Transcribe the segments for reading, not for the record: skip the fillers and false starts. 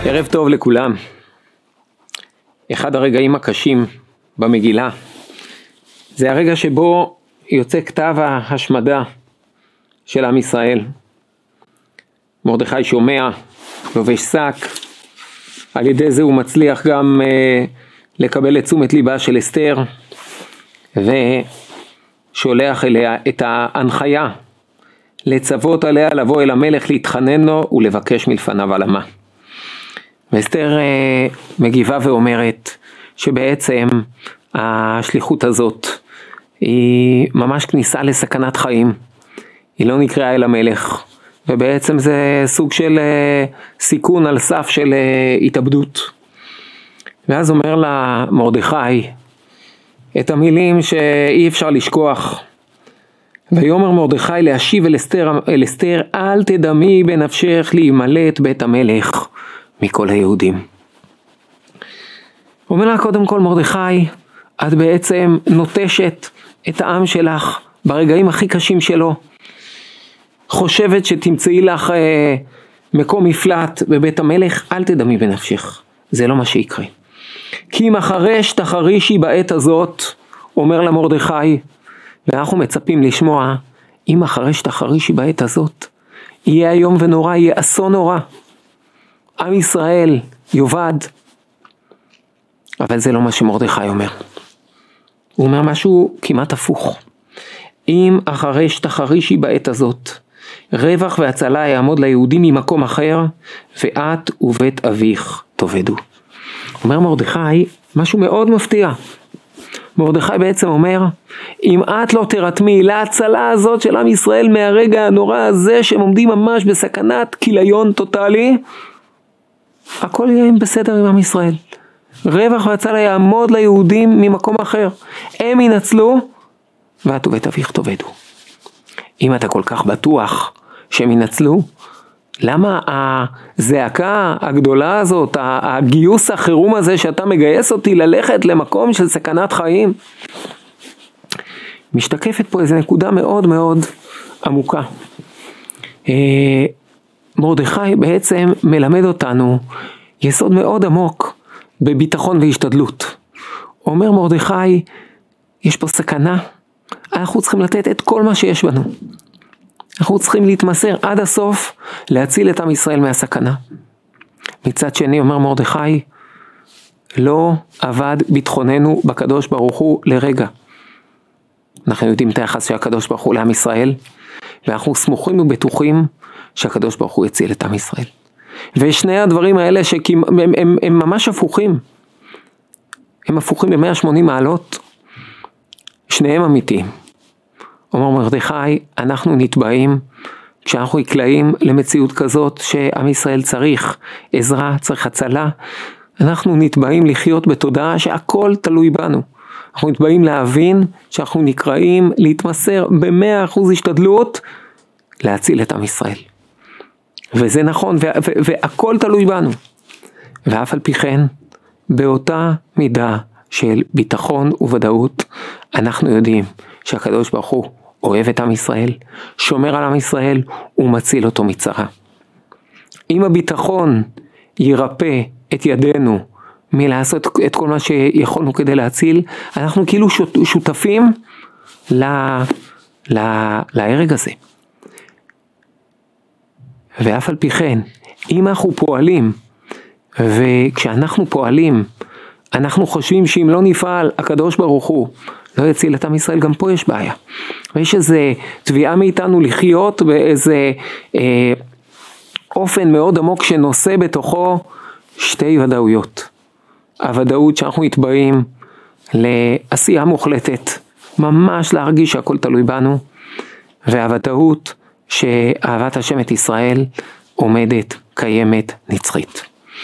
ערב טוב לכולם. אחד הרגעים הקשים במגילה זה הרגע שבו יוצא כתב ההשמדה של עם ישראל. מרדכי שומע, לובש שק, על ידי זה הוא מצליח גם לקבל את תשומת ליבה של אסתר, ושולח אליה את ההנחיה לצוות עליה לבוא אל המלך להתחנן לו ולבקש מלפניו עלמה. ואסתר מגיבה ואומרת שבעצם השליחות הזאת היא ממש כניסה לסכנת חיים, היא לא נקראה אל המלך, ובעצם זה סוג של סיכון על סף של התאבדות. ואז אומר לה מרדכי את המילים שאי אפשר לשכוח, ויאמר מרדכי להשיב אל אסתר, אל תדמי בנפשך להימלט בית המלך מכל היהודים. אומר לה קודם כל מרדכי, את בעצם נוטשת את העם שלך ברגעים הכי קשים שלו, חושבת שתמצאי לך מקום מפלט בבית המלך, אל תדמי בנפשך, זה לא מה שיקרה. כי אם אחרש תחרישי בעת הזאת, אומר לה מרדכי, ואנחנו מצפים לשמוע, אם אחרש תחרישי בעת הזאת, יהיה היום ונורא, יהיה אסון נורא, עם ישראל יובד. אבל זה לא מה שמרדכי אומר, הוא אומר משהו כמעט הפוך. אם אחרש תחרישי בעת הזאת, רווח והצלה יעמוד ליהודים ממקום אחר, ואת ובית אביך תאבדו. אומר מרדכי משהו מאוד מפתיע. מרדכי בעצם אומר, אם את לא תרתמי להצלה הזאת של עם ישראל מהרגע הנורא הזה שהם עומדים ממש בסכנת כיליון טוטלי, הכל יהיה בסדר עם עם ישראל. רווח והצלה יעמוד ליהודים ממקום אחר, הם ינצלו ואת ובית אביך תאבדו. אם אתה כל כך בטוח שהם ינצלו, למה הזעקה הגדולה הזאת, הגיוס החירום הזה שאתה מגייס אותי ללכת למקום של סכנת חיים? משתקפת פה איזו נקודה מאוד מאוד עמוקה. מרדכי בעצם מלמד אותנו יסוד מאוד עמוק בביטחון והשתדלות. אומר מרדכי, יש פה סכנה, אנחנו צריכים לתת את כל מה שיש בנו. אנחנו צריכים להתמסר עד הסוף להציל את עם ישראל מהסכנה. מצד שני אומר מרדכי, לא עבד ביטחוננו בקדוש ברוך הוא לרגע. אנחנו יודעים את היחס של הקדוש ברוך הוא לעם ישראל, ואנחנו סמוכים ובטוחים שהקדוש ברוך הוא יציל את עם ישראל. ושני הדברים האלה הם ממש הפוכים. הם הפוכים ב-180 מעלות. שניהם אמיתיים. אומר מרדכי, אנחנו נתבעים כשאנחנו נקלעים למציאות כזאת שעם ישראל צריך עזרה, צריך הצלה. אנחנו נתבעים לחיות בתודעה שהכל תלוי בנו. אנחנו נתבעים להבין שאנחנו נקראים להתמסר ב100% השתדלות להציל את עם ישראל. וזה נכון, והכל תלוי בנו. ואף על פי כן, באותה מידה של ביטחון וודאות, אנחנו יודעים שהקדוש ברוך הוא אוהב את עם ישראל, שומר על עם ישראל ומציל אותו מצרה. אם הביטחון ירפא את ידינו מלעשות את כל מה שיכולנו כדי להציל, אנחנו כאילו שותפים להרג הזה. ואף על פי כן, אם אנחנו פועלים, וכשאנחנו פועלים, אנחנו חושבים שאם לא נפעל, הקדוש ברוך הוא לא יציל את עם ישראל, גם פה יש בעיה. ויש איזה תביעה מאיתנו לחיות באיזה אופן מאוד עמוק שנושא בתוכו שתי ודאויות. הוודאות שאנחנו נתבעים לעשייה מוחלטת, ממש להרגיש שהכל תלוי בנו, והוודאות שאהבת השם את ישראל עומדת, קיימת, נצחית.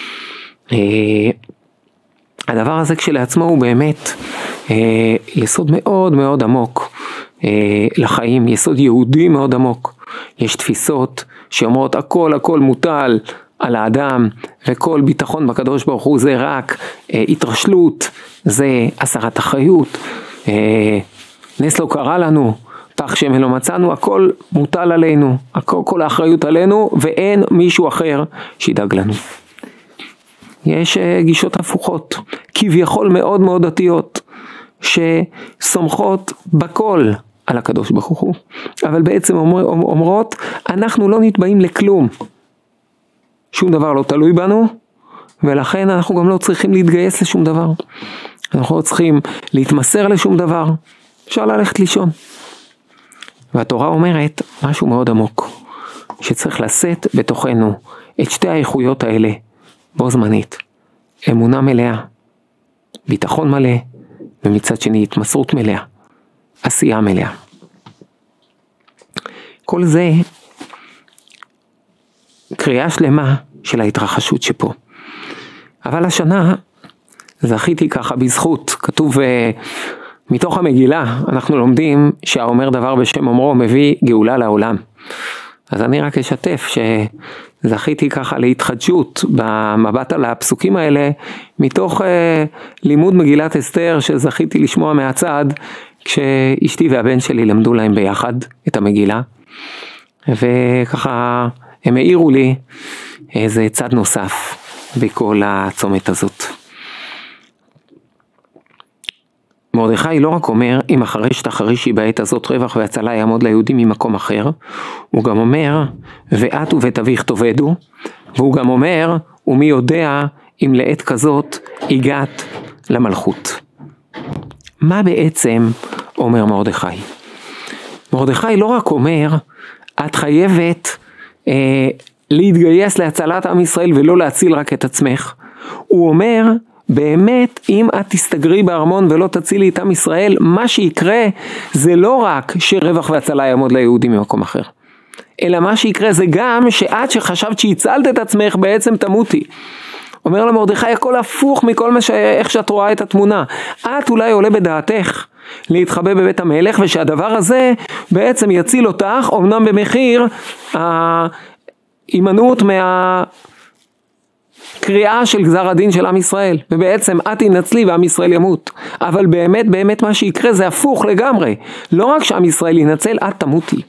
הדבר הזה כשלעצמו הוא באמת יסוד מאוד מאוד עמוק לחיים, יסוד יהודי מאוד עמוק. יש תפיסות שאומרות הכל מוטל על האדם, וכל ביטחון בקדוש ברוך הוא זה רק התרשלות, זה הסרת אחריות, נס לא קרה לנו, פח שמן לא מצאנו, הכל מוטל עלינו, כל האחריות עלינו, ואין מישהו אחר שידאג לנו. יש גישות הפוכות, כביכול מאוד מאוד דתיות, שסומכות בכל על הקדוש ברוך הוא, אבל בעצם אומרות, אנחנו לא נתבעים לכלום, שום דבר לא תלוי בנו, ולכן אנחנו גם לא צריכים להתגייס לשום דבר, אנחנו לא צריכים להתמסר לשום דבר, אפשר ללכת לישון. והתורה אומרת משהו מאוד עמוק, שצריך לשאת בתוכנו את שתי האיכויות האלה בו זמנית, אמונה מלאה, ביטחון מלא, ומצד שני התמסרות מלאה, עשייה מלאה. כל זה קריאה שלמה של ההתרחשות שפה. אבל השנה זכיתי ככה בזכות, כתוב מתוך המגילה, אנחנו לומדים שהאומר דבר בשם אומרו מביא גאולה לעולם. אז אני רק אשתף שזכיתי ככה להתחדשות במבט על הפסוקים האלה, מתוך לימוד מגילת אסתר שזכיתי לשמוע מהצד, כשאשתי והבן שלי למדו להם ביחד את המגילה, וככה הם העירו לי איזה צד נוסף בכל הצומת הזאת. מרדכי לא רק אומר, אם החרש תחרישי בעת הזאת רווח והצלה יעמוד ליהודים ממקום אחר, הוא גם אומר, ואת ובית אביך תאבדו, והוא גם אומר, ומי יודע אם לעת כזאת הגעת למלכות. מה בעצם אומר מרדכי? מרדכי לא רק אומר, את חייבת להתגייס להצלת עם ישראל ולא להציל רק את עצמך. הוא אומר, באמת אם את תסתגרי בארמון ולא תצילי את עם ישראל, מה שיקרה זה לא רק שרווח והצלה יעמוד ליהודים ממקום אחר, אלא מה שיקרה זה גם שאת שחשבת שהצלת את עצמך בעצם תמותי. אומר למרדכי, הכל הפוך מכל איך שאת רואה את התמונה. את אולי עולה בדעתך להתחבא בבית המלך, ושהדבר הזה בעצם יציל אותך, אמנם במחיר ההימנעות קריאה של גזר הדין של עם ישראל, ובעצם את תנצלי ועם ישראל ימות. אבל באמת באמת מה שיקרה זה הפוך לגמרי, לא רק שעם ישראל ינצל, את תמותי.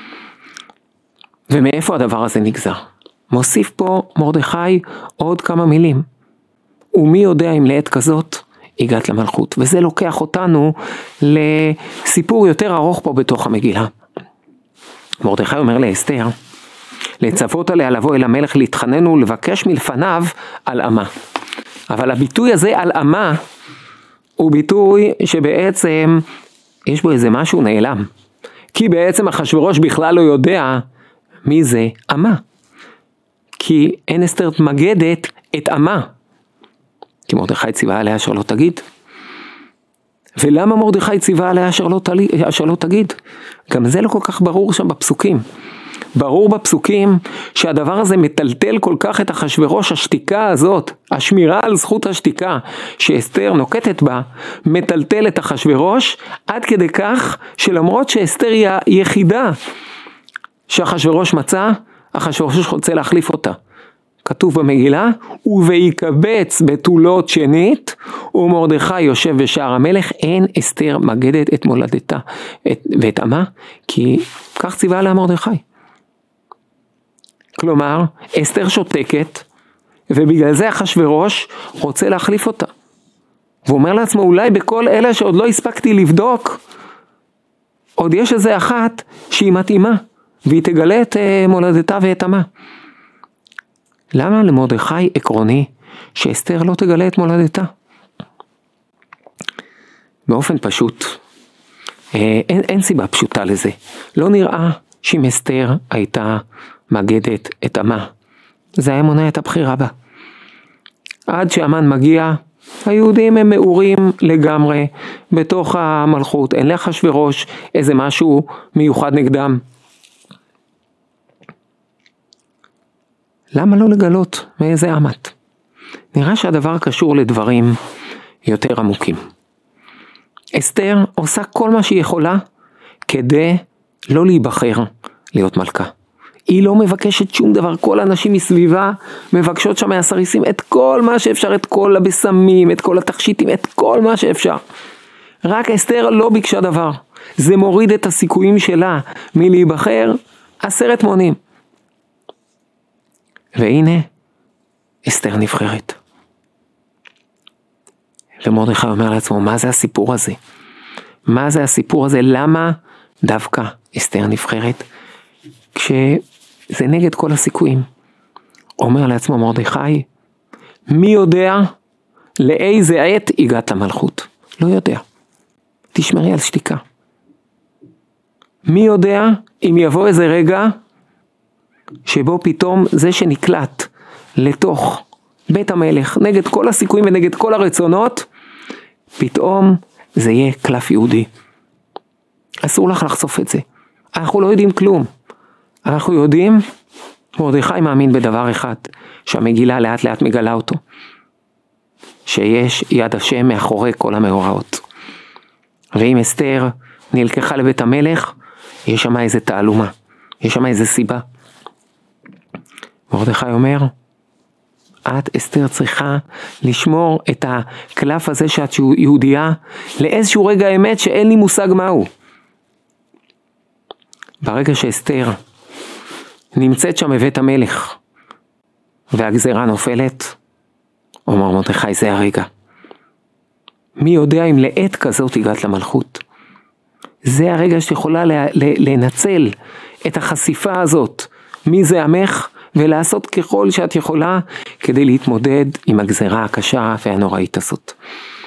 ומאיפה הדבר הזה נגזר? מוסיף פה מרדכי עוד כמה מילים, ומי יודע אם לעת כזאת הגעת למלכות. וזה לוקח אותנו לסיפור יותר ארוך פה בתוך המגילה. מרדכי אומר לאסתר, לצוות עליה לבוא אל המלך להתחנן ולבקש מלפניו על עמה. אבל הביטוי הזה על עמה הוא ביטוי שבעצם יש בו איזה משהו נעלם, כי בעצם אחשוורוש בכלל לא יודע מי זה עמה, כי אין אסתר מגדת את עמה, כי מרדכי ציווה עליה אשר לא תגיד. ולמה מרדכי ציווה עליה אשר לא תגיד? גם זה לא כל כך ברור שם בפסוקים. ברור בפסוקים שהדבר הזה מטלטל כל כך את אחשוורוש, השתיקה הזאת, השמירה על זכות השתיקה שאסתר נוקטת בה, מטלטל את אחשוורוש, עד כדי כך שלמרות שאסתר היא היחידה שאחשוורוש מצא, אחשוורוש רוצה להחליף אותה. כתוב במגילה, וביקבץ בתולות שנית, ומרדכי יושב בשער המלך, אין אסתר מגדת את מולדתה ואת עמה, כי כך ציווה עליה מרדכי. כלומר, אסתר שותקת, ובגלל זה אחשוורוש רוצה להחליף אותה. והוא אומר לעצמו, אולי בכל אלה שעוד לא הספקתי לבדוק, עוד יש איזה אחת שהיא מתאימה, והיא תגלה את מולדתה ואת עמה. למה למרדכי עקרוני שאסתר לא תגלה את מולדתה? באופן פשוט, אין סיבה פשוטה לזה. לא נראה שאם אסתר הייתה מגדת את עמה, זה היה מונע את הבחירה בה. עד שהמן מגיע, היהודים הם מאורים לגמרי בתוך המלכות, אין לאחשוורוש איזה משהו מיוחד נגדם. למה לא לגלות מאיזה אמת? נראה שהדבר קשור לדברים יותר עמוקים. אסתר עושה כל מה שהיא יכולה כדי לא להיבחר להיות מלכה. היא לא מבקשת שום דבר, כל האנשים מסביבה מבקשות שם מהסריסים את כל מה שאפשר, את כל הבשמים, את כל התכשיטים, את כל מה שאפשר. רק אסתר לא ביקשה דבר. זה מוריד את הסיכויים שלה מלהיבחר 10 מונים. והנה, אסתר נבחרת. ומרדכי אומר לעצמו, מה זה הסיפור הזה? מה זה הסיפור הזה? למה דווקא אסתר נבחרת? כשזה נגד כל הסיכויים. אומר לעצמו מרדכי, מי יודע לאיזה עת הגעת למלכות? לא יודע. תשמרי על שתיקה. מי יודע אם יבוא איזה רגע שבו פתאום זה שנקלט לתוך בית המלך, נגד כל הסיכויים ונגד כל הרצונות, פתאום זה יהיה קלף יהודי. אסור לך לחשוף את זה. אנחנו לא יודעים כלום. אנחנו יודעים, מרדכי מאמין בדבר אחד, שהמגילה לאט לאט מגלה אותו. שיש יד השם מאחורי כל המאורעות. ואם אסתר נלקחה לבית המלך, יש שם איזה תעלומה, יש שם איזה סיבה. מרדכי אומר, את אסתר צריכה לשמור את הקלף הזה שאת יהודייה לאיזשהו רגע אמת שאין לי מושג מהו. ברגע שאסתר נמצאת שם בבית המלך והגזרה נופלת, אומר מרדכי, זה הרגע. מי יודע אם לעת כזאת הגעת למלכות? זה הרגע שיכולה לנצל את החשיפה הזאת מי זה עמך, ולעשות ככל שאת יכולה כדי להתמודד עם הגזרה הקשה והנוראית הזאת.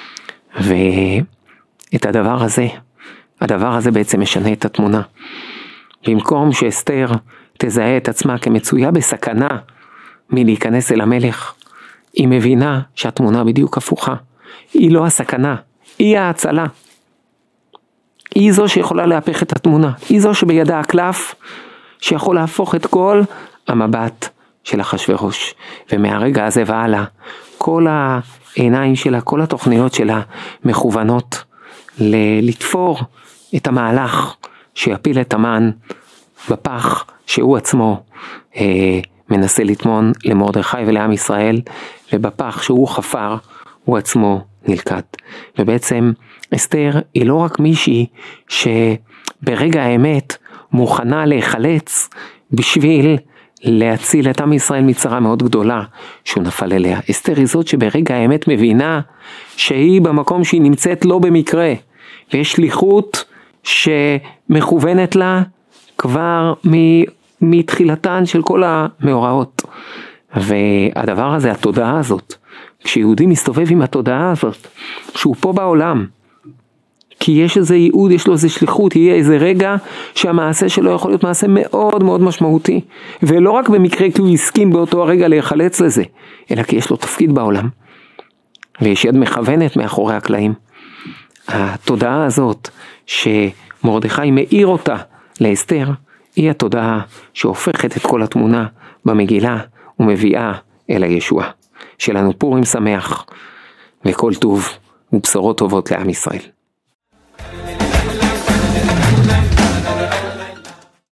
ואת הדבר הזה בעצם משנה את התמונה. במקום שאסתר תזהה את עצמה כמצויה בסכנה מלהיכנס אל המלך, היא מבינה שהתמונה בדיוק הפוכה. היא לא הסכנה, היא ההצלה. היא זו שיכולה להפך את התמונה. היא זו שבידה הקלף שיכול להפוך את כל המבט של אחשוורוש. ומהרגע הזה והלאה, כל העיניים שלה, כל התוכניות שלה מכוונות לתפור את המהלך שיפיל את המן בפח שהוא עצמו מנסה לטמון למרדכי ולעם ישראל, ובפח שהוא חפר הוא עצמו נלכד. ובעצם אסתר היא לא רק מישהי שברגע האמת מוכנה להיחלץ בשביל להציל את עם ישראל מצרה מאוד גדולה שהוא נפל אליה. אסתר היא זאת שברגע האמת מבינה שהיא במקום שהיא נמצאת לא במקרה, ויש שליחות שמכוונת לה כבר מתחילתן של כל המאורעות. והדבר הזה, התודעה הזאת, כשיהודי מסתובב עם התודעה הזאת, שהוא פה בעולם, כי יש איזה ייעוד, יש לו איזה שליחות, יהיה איזה רגע שהמעשה שלו יכול להיות מעשה מאוד מאוד משמעותי, ולא רק במקרה כי הוא הסכים באותו הרגע להיחלץ לזה, אלא כי יש לו תפקיד בעולם, ויש יד מכוונת מאחורי הקלעים. התודעה הזאת שמרדכי מאיר אותה לאסתר, היא התודעה שהופכת את כל התמונה במגילה ומביאה אל הישועה. שלנו פורים שמח וכל טוב ובשורות טובות לעם ישראל.